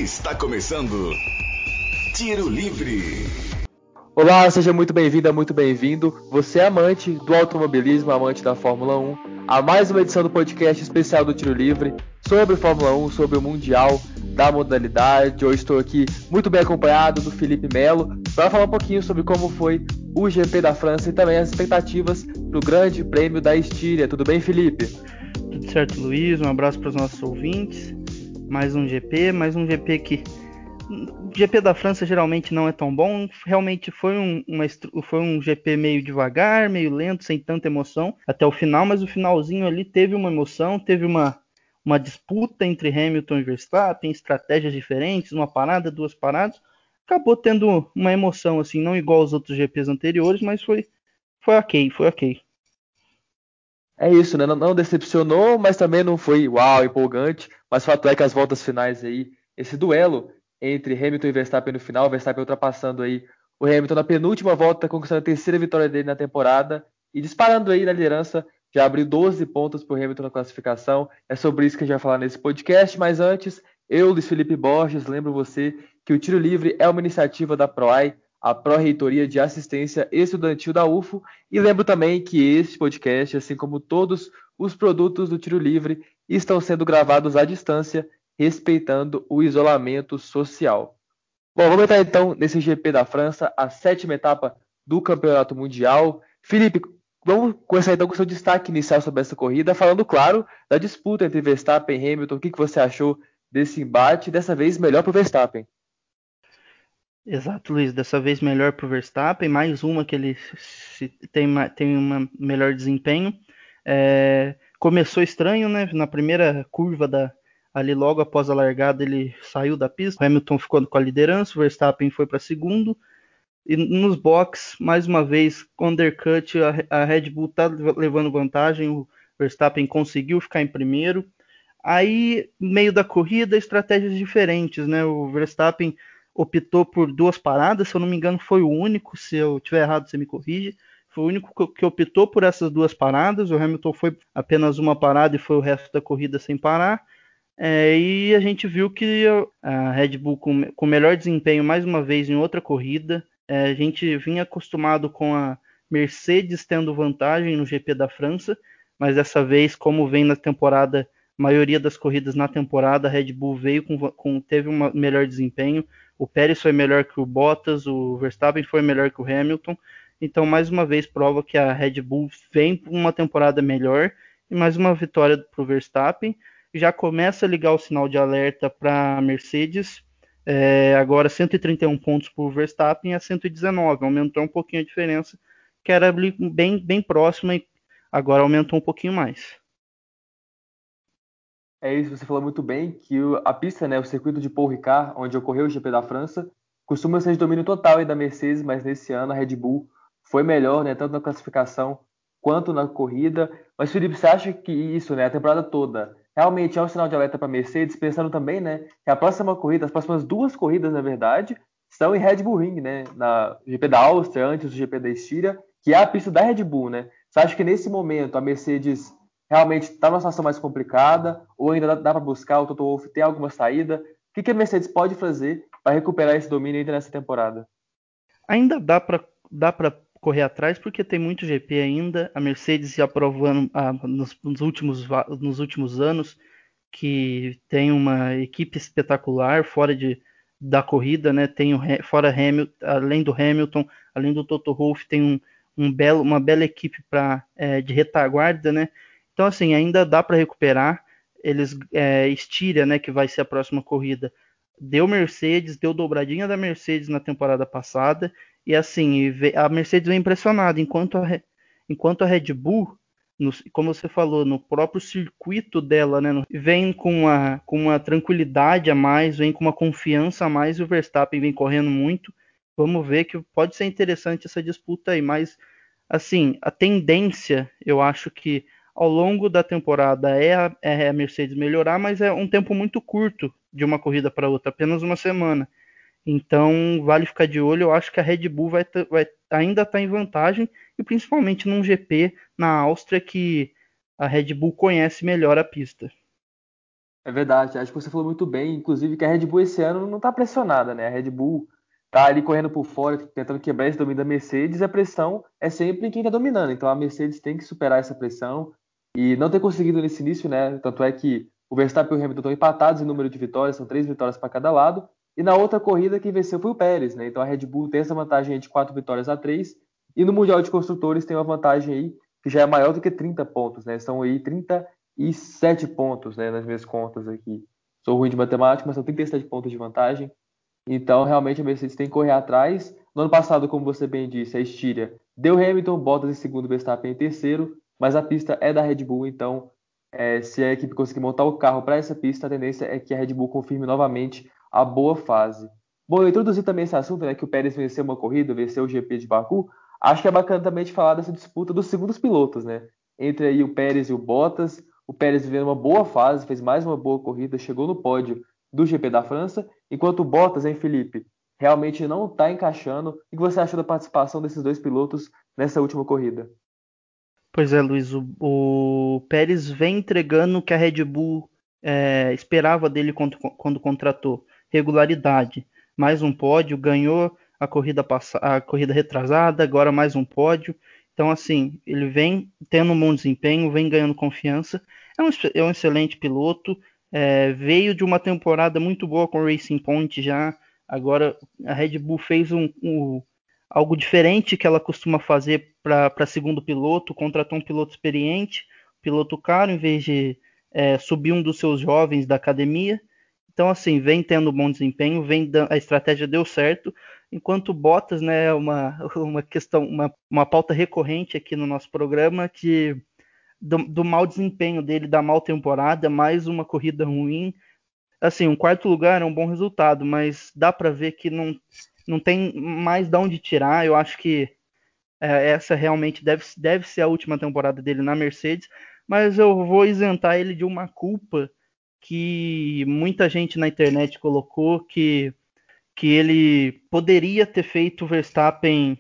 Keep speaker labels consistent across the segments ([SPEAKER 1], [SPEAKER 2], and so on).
[SPEAKER 1] Está começando Tiro Livre.
[SPEAKER 2] Olá, seja muito bem-vinda, muito bem-vindo. Você é amante do automobilismo, amante da Fórmula 1, a mais uma edição do podcast especial do Tiro Livre sobre Fórmula 1, sobre o Mundial da modalidade. Hoje estou aqui muito bem acompanhado do Felipe Melo para falar um pouquinho sobre como foi o GP da França e também as expectativas para o Grande Prêmio da Estíria. Tudo bem, Felipe?
[SPEAKER 3] Tudo certo, Luiz. Um abraço para os nossos ouvintes. Mais um GP que... O GP da França geralmente não é tão bom. Realmente foi um GP meio devagar, meio lento, sem tanta emoção até o final, mas o finalzinho ali teve uma emoção, teve uma disputa entre Hamilton e Verstappen, estratégias diferentes, uma parada, duas paradas. Acabou tendo uma emoção, assim, não igual aos outros GPs anteriores, mas foi ok.
[SPEAKER 2] É isso, né? Não decepcionou, mas também não foi uau, empolgante. Mas o fato é que as voltas finais aí, esse duelo entre Hamilton e Verstappen no final, Verstappen ultrapassando aí o Hamilton na penúltima volta, conquistando a terceira vitória dele na temporada e disparando aí na liderança, já abriu 12 pontos para o Hamilton na classificação. É sobre isso que a gente vai falar nesse podcast, mas antes, eu, Luiz Felipe Borges, lembro você que o Tiro Livre é uma iniciativa da PROAI, a Pró-Reitoria de Assistência Estudantil da UFO, e lembro também que este podcast, assim como todos os produtos do Tiro Livre, estão sendo gravados à distância, respeitando o isolamento social. Bom, vamos entrar então nesse GP da França, a sétima etapa do Campeonato Mundial. Felipe, vamos começar então com o seu destaque inicial sobre essa corrida, falando, claro, da disputa entre Verstappen e Hamilton. O que você achou desse embate? Dessa vez, melhor para o Verstappen.
[SPEAKER 3] Exato, Luiz. Dessa vez melhor para o Verstappen, mais uma que ele tem um melhor desempenho. Começou estranho, né? Na primeira curva ali logo após a largada ele saiu da pista. O Hamilton ficou com a liderança, o Verstappen foi para segundo. E nos box, mais uma vez, undercut, a Red Bull está levando vantagem, o Verstappen conseguiu ficar em primeiro. Aí, no meio da corrida, estratégias diferentes, né? O Verstappen optou por duas paradas, se eu não me engano, foi o único, se eu tiver errado, você me corrige. Foi o único que optou por essas duas paradas. O Hamilton foi apenas uma parada e foi o resto da corrida sem parar. E a gente viu que a Red Bull com melhor desempenho mais uma vez em outra corrida. A gente vinha acostumado com a Mercedes tendo vantagem no GP da França, mas dessa vez, como vem na temporada, maioria das corridas na temporada, a Red Bull veio teve um melhor desempenho. O Pérez foi melhor que o Bottas, o Verstappen foi melhor que o Hamilton. Então, mais uma vez, prova que a Red Bull vem com uma temporada melhor e mais uma vitória para o Verstappen. Já começa a ligar o sinal de alerta para a Mercedes. Agora 131 pontos para o Verstappen a 119. Aumentou um pouquinho a diferença, que era bem próxima e agora aumentou um pouquinho mais.
[SPEAKER 2] É isso, você falou muito bem que a pista, né, o circuito de Paul Ricard, onde ocorreu o GP da França, costuma ser de domínio total aí da Mercedes, mas nesse ano a Red Bull foi melhor, né, tanto na classificação quanto na corrida. Mas Felipe, você acha que isso, né, a temporada toda, realmente é um sinal de alerta para a Mercedes, pensando também, né, que a próxima corrida, as próximas duas corridas, na verdade, são em Red Bull Ring, né, na GP da Áustria, antes do GP da Estíria, que é a pista da Red Bull, né? Você acha que nesse momento a Mercedes realmente está numa situação mais complicada, ou ainda dá para buscar, o Toto Wolff tem alguma saída? O que a Mercedes pode fazer para recuperar esse domínio ainda nessa temporada?
[SPEAKER 3] Ainda dá para correr atrás, porque tem muito GP ainda. A Mercedes já provando nos últimos anos que tem uma equipe espetacular da corrida, né? Fora Hamilton, além do Hamilton, além do Toto Wolff, tem uma bela equipe de retaguarda, né? Então, assim, ainda dá para recuperar. Eles Estíria, né, que vai ser a próxima corrida, deu dobradinha da Mercedes na temporada passada, e assim, a Mercedes vem impressionada, enquanto a Red Bull, como você falou, no próprio circuito dela, né, vem com uma tranquilidade a mais, vem com uma confiança a mais, e o Verstappen vem correndo muito. Vamos ver que pode ser interessante essa disputa aí, mas assim, a tendência, eu acho que ao longo da temporada é a Mercedes melhorar, mas é um tempo muito curto de uma corrida para outra, apenas uma semana. Então, vale ficar de olho. Eu acho que a Red Bull vai ainda estar em vantagem, e principalmente num GP na Áustria que a Red Bull conhece melhor a pista.
[SPEAKER 2] É verdade, acho que você falou muito bem, inclusive que a Red Bull esse ano não está pressionada, né? A Red Bull tá ali correndo por fora, tentando quebrar esse domínio da Mercedes, e a pressão é sempre em quem está dominando. Então a Mercedes tem que superar essa pressão e não ter conseguido nesse início, né? Tanto é que o Verstappen e o Hamilton estão empatados em número de vitórias, são 3 vitórias para cada lado. E na outra corrida quem venceu foi o Pérez, né? Então a Red Bull tem essa vantagem aí de 4 vitórias a 3. E no Mundial de Construtores tem uma vantagem aí que já é maior do que 30 pontos, né? São aí 37 pontos, né, nas minhas contas aqui. Sou ruim de matemática, mas são 37 pontos de vantagem. Então, realmente, a Mercedes tem que correr atrás. No ano passado, como você bem disse, a Estíria deu Hamilton, Bottas em segundo, Verstappen em terceiro, mas a pista é da Red Bull, então, se a equipe conseguir montar o carro para essa pista, a tendência é que a Red Bull confirme novamente a boa fase. Bom, eu introduzi também esse assunto, né, que o Pérez venceu uma corrida, venceu o GP de Baku. Acho que é bacana também de falar dessa disputa dos segundos pilotos, né? Entre aí o Pérez e o Bottas. O Pérez vivendo uma boa fase, fez mais uma boa corrida, chegou no pódio do GP da França, enquanto o Bottas, hein, Felipe, realmente não está encaixando. O que você achou da participação desses dois pilotos nessa última corrida?
[SPEAKER 3] Pois é, Luiz, o Pérez vem entregando o que a Red Bull esperava dele quando contratou. Regularidade, mais um pódio, ganhou a corrida retrasada, agora mais um pódio. Então, assim, ele vem tendo um bom desempenho, vem ganhando confiança. É um excelente piloto, veio de uma temporada muito boa com o Racing Point já. Agora a Red Bull fez algo diferente que ela costuma fazer para segundo piloto, contratou um piloto experiente, piloto caro, em vez de subir um dos seus jovens da academia. Então, assim, vem tendo bom desempenho, a estratégia deu certo, enquanto o Bottas, né, é uma questão, uma pauta recorrente aqui no nosso programa, que do mau desempenho dele, da mal temporada, mais uma corrida ruim. Assim, um quarto lugar é um bom resultado, mas dá para ver que não tem mais de onde tirar. Eu acho que essa realmente deve ser a última temporada dele na Mercedes, mas eu vou isentar ele de uma culpa que muita gente na internet colocou, que ele poderia ter feito o Verstappen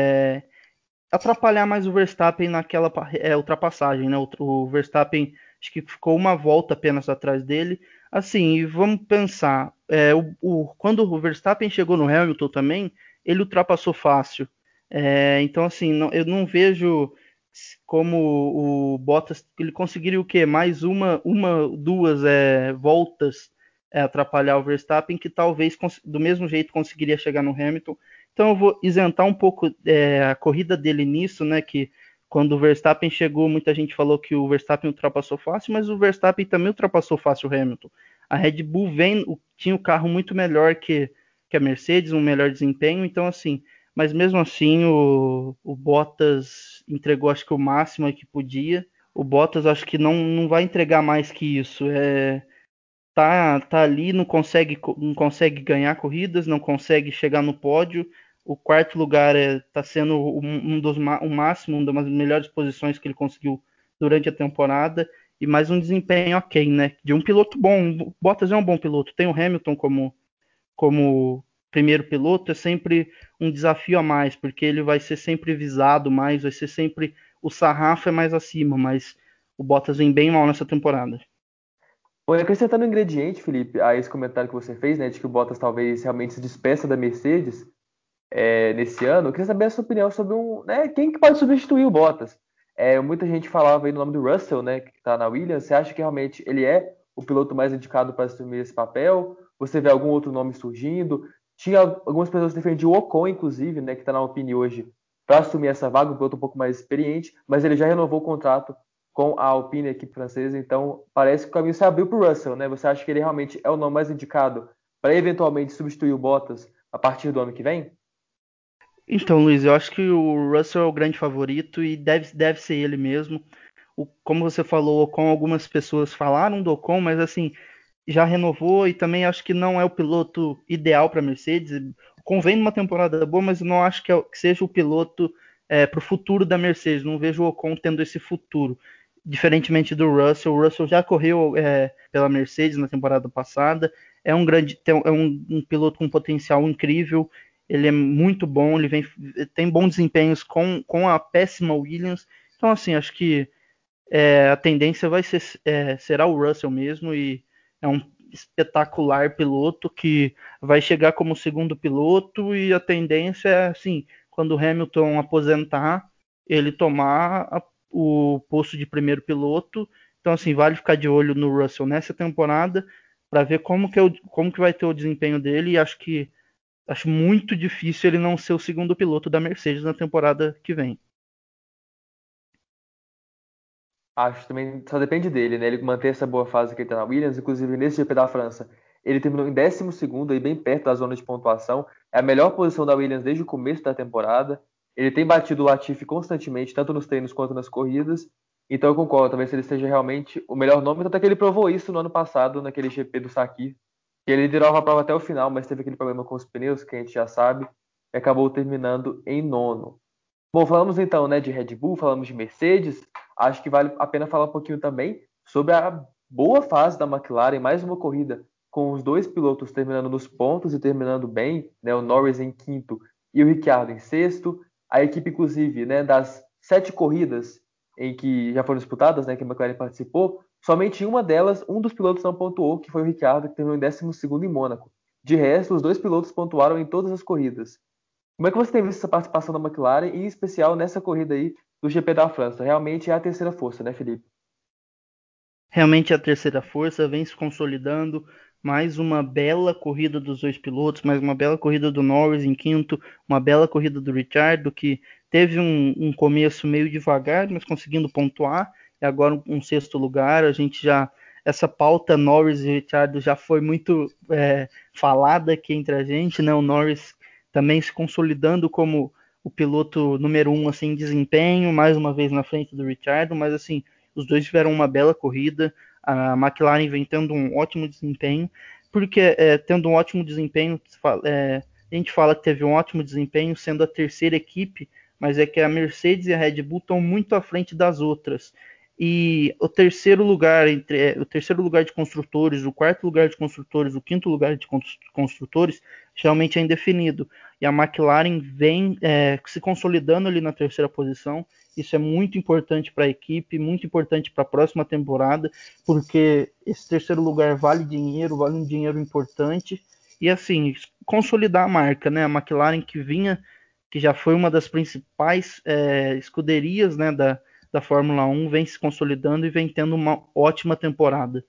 [SPEAKER 3] atrapalhar mais o Verstappen naquela ultrapassagem, né? O Verstappen acho que ficou uma volta apenas atrás dele. Assim, e vamos pensar, quando o Verstappen chegou no Hamilton também, ele ultrapassou fácil. Então, assim, eu não vejo como o Bottas ele conseguiria o quê? Mais duas voltas atrapalhar o Verstappen, que talvez do mesmo jeito conseguiria chegar no Hamilton. Então eu vou isentar um pouco a corrida dele nisso, né? Que quando o Verstappen chegou, muita gente falou que o Verstappen ultrapassou fácil, mas o Verstappen também ultrapassou fácil o Hamilton. A Red Bull tinha o carro muito melhor que a Mercedes, um melhor desempenho, então assim, mas mesmo assim o Bottas entregou acho que o máximo que podia. O Bottas acho que não vai entregar mais que isso. Tá ali, não consegue ganhar corridas, não consegue chegar no pódio. O quarto lugar tá sendo o máximo, uma das melhores posições que ele conseguiu durante a temporada. E mais um desempenho ok, né? De um piloto bom. O Bottas é um bom piloto. Tem o Hamilton como primeiro piloto, é sempre um desafio a mais, porque ele vai ser sempre visado mais, vai ser sempre. O sarrafo é mais acima, mas o Bottas vem bem mal nessa temporada.
[SPEAKER 2] Bom, e acrescentando um ingrediente, Felipe, a esse comentário que você fez, né, de que o Bottas talvez realmente se despeça da Mercedes nesse ano, eu queria saber a sua opinião sobre quem que pode substituir o Bottas. Muita gente falava aí no nome do Russell, né, que está na Williams. Você acha que realmente ele é o piloto mais indicado para assumir esse papel? Você vê algum outro nome surgindo? Tinha algumas pessoas que defendiam o Ocon, inclusive, né, que está na Alpine hoje, para assumir essa vaga, um piloto um pouco mais experiente, mas ele já renovou o contrato com a Alpine, a equipe francesa, então parece que o caminho se abriu para o Russell, né? Você acha que ele realmente é o nome mais indicado para eventualmente substituir o Bottas a partir do ano que vem?
[SPEAKER 3] Então, Luiz, eu acho que o Russell é o grande favorito e deve ser ele mesmo. Como você falou, o Ocon, algumas pessoas falaram do Ocon, mas assim, já renovou e também acho que não é o piloto ideal para a Mercedes. Convém numa temporada boa, mas não acho que seja o piloto para o futuro da Mercedes. Não vejo o Ocon tendo esse futuro. Diferentemente do Russell, o Russell já correu pela Mercedes na temporada passada. É um piloto com potencial incrível. Ele é muito bom, tem bons desempenhos com a péssima Williams. Então, assim, acho que a tendência será o Russell mesmo e é um espetacular piloto que vai chegar como segundo piloto e a tendência é, assim, quando o Hamilton aposentar, ele tomar o posto de primeiro piloto. Então, assim, vale ficar de olho no Russell nessa temporada para ver como que vai ter o desempenho dele. E acho muito difícil ele não ser o segundo piloto da Mercedes na temporada que vem.
[SPEAKER 2] Acho que também só depende dele, né? Ele manter essa boa fase que ele tá na Williams, inclusive nesse GP da França. Ele terminou em 12º, aí bem perto da zona de pontuação. É a melhor posição da Williams desde o começo da temporada. Ele tem batido o Latifi constantemente, tanto nos treinos quanto nas corridas. Então eu concordo, talvez ele seja realmente o melhor nome, tanto é que ele provou isso no ano passado, naquele GP do Sakir, que ele liderava a prova até o final, mas teve aquele problema com os pneus, que a gente já sabe, e acabou terminando em nono. Bom, falamos então, né, de Red Bull, falamos de Mercedes. Acho que vale a pena falar um pouquinho também sobre a boa fase da McLaren, mais uma corrida com os dois pilotos terminando nos pontos e terminando bem, né, o Norris em quinto e o Ricciardo em sexto. A equipe, inclusive, né, das 7 corridas em que já foram disputadas, né, que a McLaren participou, somente em uma delas, um dos pilotos não pontuou, que foi o Ricciardo, que terminou em 12º em Mônaco. De resto, os dois pilotos pontuaram em todas as corridas. Como é que você tem visto essa participação da McLaren, e em especial nessa corrida aí do GP da França? Realmente é a terceira força, né, Felipe?
[SPEAKER 3] Realmente a terceira força vem se consolidando. Mais uma bela corrida dos dois pilotos, mais uma bela corrida do Norris em quinto, uma bela corrida do Ricciardo, que teve um começo meio devagar, mas conseguindo pontuar, e agora um sexto lugar. A gente já. Essa pauta Norris e Ricciardo já foi muito falada aqui entre a gente, né? O Norris também se consolidando como o piloto número um assim, em desempenho, mais uma vez na frente do Ricciardo, mas assim, os dois tiveram uma bela corrida, a McLaren vem tendo um ótimo desempenho, porque tendo um ótimo desempenho, a gente fala que teve um ótimo desempenho sendo a terceira equipe, mas é que a Mercedes e a Red Bull estão muito à frente das outras. E o terceiro lugar o terceiro lugar de construtores, o quarto lugar de construtores, o quinto lugar de construtores, geralmente é indefinido. E a McLaren vem se consolidando ali na terceira posição. Isso é muito importante para a equipe, muito importante para a próxima temporada, porque esse terceiro lugar vale dinheiro, vale um dinheiro importante. E assim, consolidar a marca, né? A McLaren que já foi uma das principais escuderias, né, da Fórmula 1, vem se consolidando e vem tendo uma ótima temporada.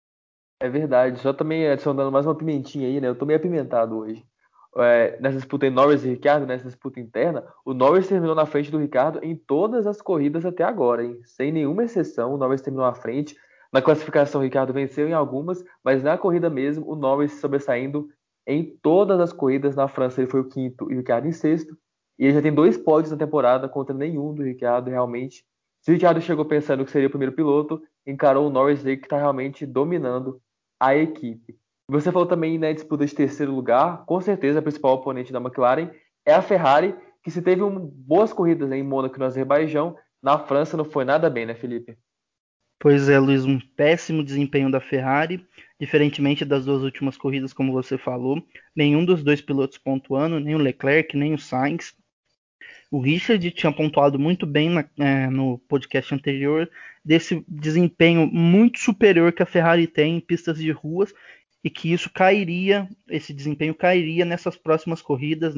[SPEAKER 2] É verdade. Só também adicionando mais uma pimentinha aí, né? Eu tô meio apimentado hoje. Nessa disputa em Norris e Ricciardo, nessa disputa interna, o Norris terminou na frente do Ricciardo em todas as corridas até agora, hein? Sem nenhuma exceção, o Norris terminou à frente. Na classificação, o Ricciardo venceu em algumas, mas na corrida mesmo, o Norris sobressaindo em todas as corridas. Na França, ele foi o quinto e o Ricciardo em sexto. E ele já tem 2 pódios na temporada contra nenhum do Ricciardo, realmente. Se o Ricciardo chegou pensando que seria o primeiro piloto, encarou o Norris aí que está realmente dominando a equipe. Você falou também na disputa de terceiro lugar, com certeza a principal oponente da McLaren é a Ferrari, que se teve boas corridas, né, em Mônaco e no Azerbaijão, na França não foi nada bem, né, Felipe?
[SPEAKER 3] Pois é, Luiz, um péssimo desempenho da Ferrari, diferentemente das duas últimas corridas, como você falou. Nenhum dos dois pilotos pontuando, nem o Leclerc, nem o Sainz. O Richard tinha pontuado muito bem no podcast anterior, desse desempenho muito superior que a Ferrari tem em pistas de ruas, e que esse desempenho cairia nessas próximas corridas,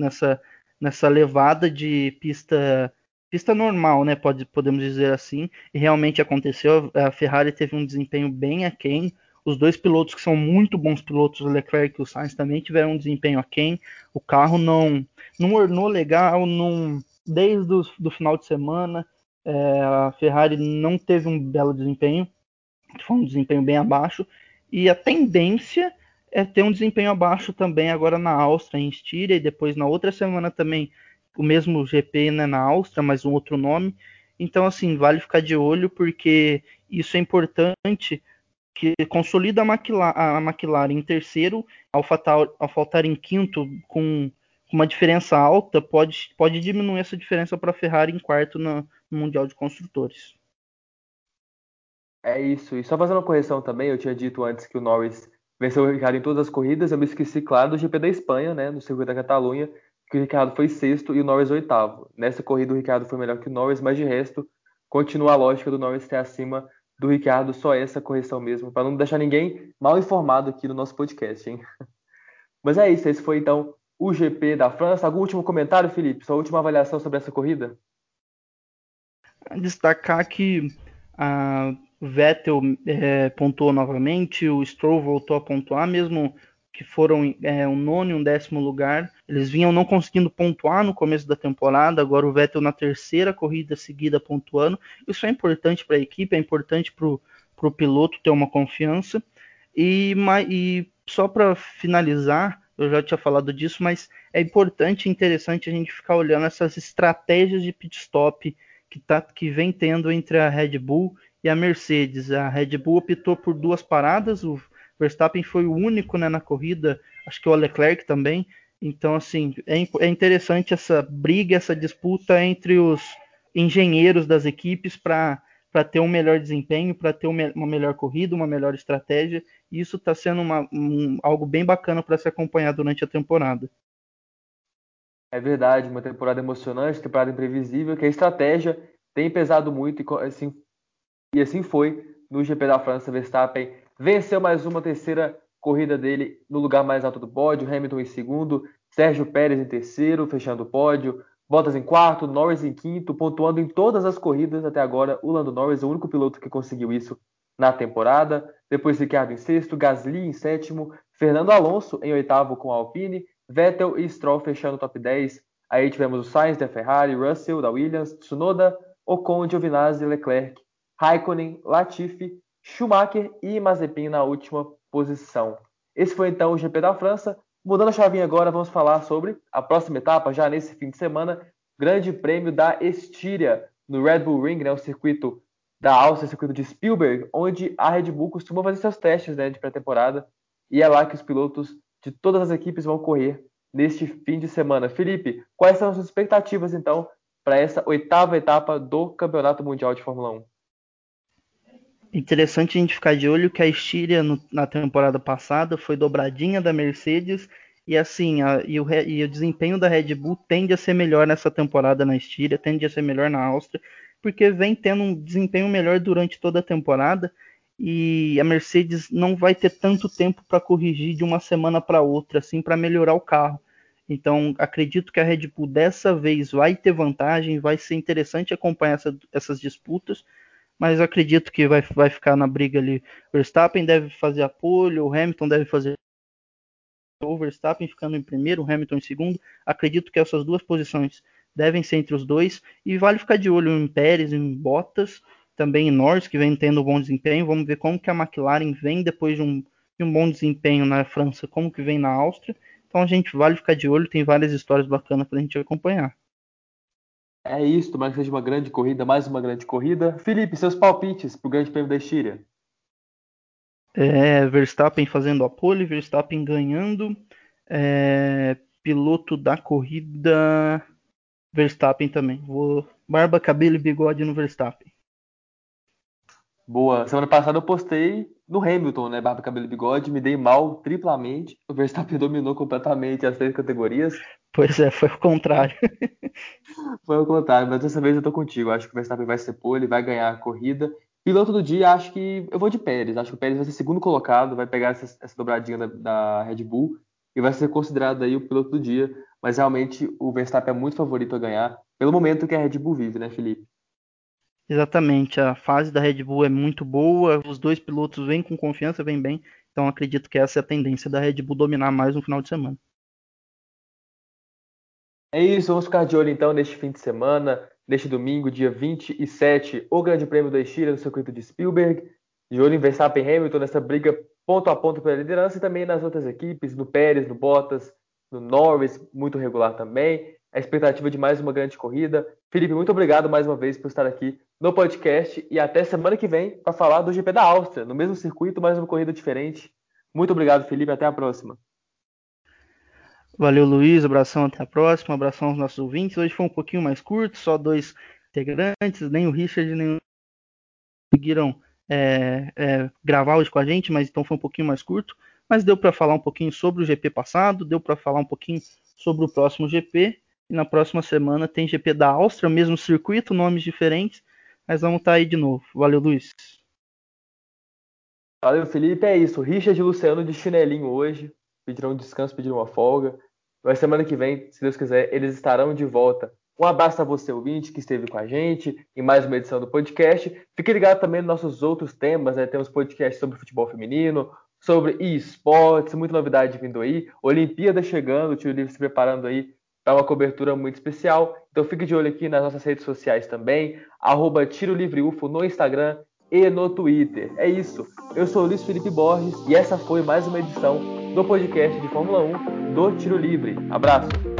[SPEAKER 3] nessa levada de pista normal, né? Podemos dizer assim, e realmente aconteceu. A Ferrari teve um desempenho bem aquém. Os dois pilotos que são muito bons pilotos, o Leclerc e o Sainz, também tiveram um desempenho aquém. O carro não ornou legal, desde o final de semana. A Ferrari não teve um belo desempenho, foi um desempenho bem abaixo, e a tendência é ter um desempenho abaixo também agora na Áustria, em Estíria, e depois na outra semana também o mesmo GP, né, na Áustria, mas um outro nome. Então, assim, vale ficar de olho, porque isso é importante, que consolida a McLaren em terceiro, ao faltar em quinto com uma diferença alta, pode diminuir essa diferença para a Ferrari em quarto no Mundial de Construtores.
[SPEAKER 2] É isso. E só fazendo uma correção também, eu tinha dito antes que o Norris venceu o Ricciardo em todas as corridas, eu me esqueci, claro, do GP da Espanha, né, no circuito da Catalunha, que o Ricciardo foi sexto e o Norris oitavo. Nessa corrida o Ricciardo foi melhor que o Norris, mas de resto continua a lógica do Norris ser acima do Ricciardo, só essa correção mesmo, para não deixar ninguém mal informado aqui no nosso podcast, hein? Mas é isso, esse foi então o GP da França. Algum último comentário, Felipe? Sua última avaliação sobre essa corrida?
[SPEAKER 3] Destacar que a Vettel pontuou novamente, o Stroll voltou a pontuar, mesmo que foram um nono e um 10º lugar. Eles vinham não conseguindo pontuar no começo da temporada, agora o Vettel na terceira corrida seguida pontuando. Isso é importante para a equipe, é importante para o piloto ter uma confiança. E só para finalizar, eu já tinha falado disso, mas é importante e interessante a gente ficar olhando essas estratégias de pit stop que vem tendo entre a Red Bull e a Mercedes. A Red Bull optou por 2 paradas, o Verstappen foi o único, né, na corrida, acho que o Leclerc também. Então, assim, é interessante essa briga, essa disputa entre os engenheiros das equipes para ter um melhor desempenho, para ter uma melhor corrida, uma melhor estratégia. E isso está sendo algo bem bacana para se acompanhar durante a temporada.
[SPEAKER 2] É verdade, uma temporada emocionante, temporada imprevisível, que a estratégia tem pesado muito e assim foi no GP da França. Verstappen venceu mais uma terceira corrida dele no lugar mais alto do pódio, Hamilton em segundo, Sérgio Pérez em terceiro, fechando o pódio, Bottas em quarto, Norris em quinto, pontuando em todas as corridas até agora. O Lando Norris é o único piloto que conseguiu isso na temporada. Depois Ricciardo em sexto, Gasly em sétimo, Fernando Alonso em oitavo com a Alpine, Vettel e Stroll fechando o top 10. Aí tivemos o Sainz da Ferrari, Russell da Williams, Tsunoda, Ocon, Giovinazzi, Leclerc, Raikkonen, Latifi, Schumacher e Mazepin na última posição. Esse foi então o GP da França. Mudando a chavinha agora, vamos falar sobre a próxima etapa, já nesse fim de semana, Grande Prêmio da Estíria, no Red Bull Ring, né, o circuito da Áustria, o circuito de Spielberg, onde a Red Bull costuma fazer seus testes, né, de pré-temporada, e é lá que os pilotos de todas as equipes vão correr neste fim de semana. Felipe, quais são as suas expectativas, então, para essa 8ª etapa do Campeonato Mundial de Fórmula 1?
[SPEAKER 3] Interessante a gente ficar de olho que a Estíria na temporada passada foi dobradinha da Mercedes e assim e o desempenho da Red Bull tende a ser melhor nessa temporada na Estíria, tende a ser melhor na Áustria, porque vem tendo um desempenho melhor durante toda a temporada e a Mercedes não vai ter tanto tempo para corrigir de uma semana para outra, assim, para melhorar o carro. Então, acredito que a Red Bull dessa vez vai ter vantagem, vai ser interessante acompanhar essas disputas, mas eu acredito que vai ficar na briga ali. Verstappen deve fazer a pole, o Hamilton deve fazer o Verstappen ficando em primeiro, o Hamilton em segundo. Acredito que essas duas posições devem ser entre os dois. E vale ficar de olho em Pérez, em Bottas, também em Norris, que vem tendo bom desempenho. Vamos ver como que a McLaren vem depois de um bom desempenho na França, como que vem na Áustria. Então a gente vale ficar de olho, tem várias histórias bacanas para a gente acompanhar.
[SPEAKER 2] É isso, tomara que seja uma grande corrida, mais uma grande corrida. Felipe, seus palpites para o Grande Prêmio da Estíria?
[SPEAKER 3] Verstappen fazendo a pole, Verstappen ganhando. Piloto da corrida, Verstappen também. Vou barba, cabelo e bigode no Verstappen.
[SPEAKER 2] Boa. Semana passada eu postei no Hamilton, né? Barba, cabelo e bigode. Me dei mal triplamente. O Verstappen dominou completamente as 3 categorias.
[SPEAKER 3] Pois é, foi o contrário.
[SPEAKER 2] Foi ao contrário, mas dessa vez eu tô contigo. Acho que o Verstappen vai ser pole, vai ganhar a corrida. Piloto do dia, acho que eu vou de Pérez. Acho que o Pérez vai ser segundo colocado, vai pegar essa dobradinha da Red Bull e vai ser considerado aí o piloto do dia. Mas realmente o Verstappen é muito favorito a ganhar, pelo momento que a Red Bull vive, né, Felipe?
[SPEAKER 3] Exatamente, a fase da Red Bull é muito boa, os dois pilotos vêm com confiança, vêm bem, então acredito que essa é a tendência da Red Bull dominar mais no final de semana.
[SPEAKER 2] É isso, vamos ficar de olho então neste fim de semana, neste domingo, dia 27, o Grande Prêmio da Estíria no circuito de Spielberg. De olho em Verstappen e Hamilton nessa briga ponto a ponto pela liderança e também nas outras equipes, no Pérez, no Bottas, no Norris, muito regular também. A expectativa de mais uma grande corrida. Felipe, muito obrigado mais uma vez por estar aqui no podcast e até semana que vem para falar do GP da Áustria, no mesmo circuito, mais uma corrida diferente. Muito obrigado, Felipe, até a próxima.
[SPEAKER 3] Valeu, Luiz, abração, até a próxima, abração aos nossos ouvintes. Hoje foi um pouquinho mais curto, só 2 integrantes, nem o Richard nem o conseguiram gravar hoje com a gente, mas então foi um pouquinho mais curto. Mas deu para falar um pouquinho sobre o GP passado, deu para falar um pouquinho sobre o próximo GP. E na próxima semana tem GP da Áustria, mesmo circuito, nomes diferentes. Mas vamos estar aí de novo. Valeu, Luiz.
[SPEAKER 2] Valeu, Felipe. É isso. Richard e Luciano de chinelinho hoje. Pediram um descanso, pediram uma folga. Mas semana que vem, se Deus quiser, eles estarão de volta. Um abraço a você, ouvinte, que esteve com a gente em mais uma edição do podcast. Fique ligado também nos nossos outros temas, né? Temos podcasts sobre futebol feminino, sobre esportes, muita novidade vindo aí. Olimpíada chegando, o Tiro Livre se preparando aí para uma cobertura muito especial. Então fique de olho aqui nas nossas redes sociais também. @Tiro Livre UFO no Instagram e no Twitter. É isso. Eu sou o Luiz Felipe Borges e essa foi mais uma edição do podcast de Fórmula 1 do Tiro Livre. Abraço!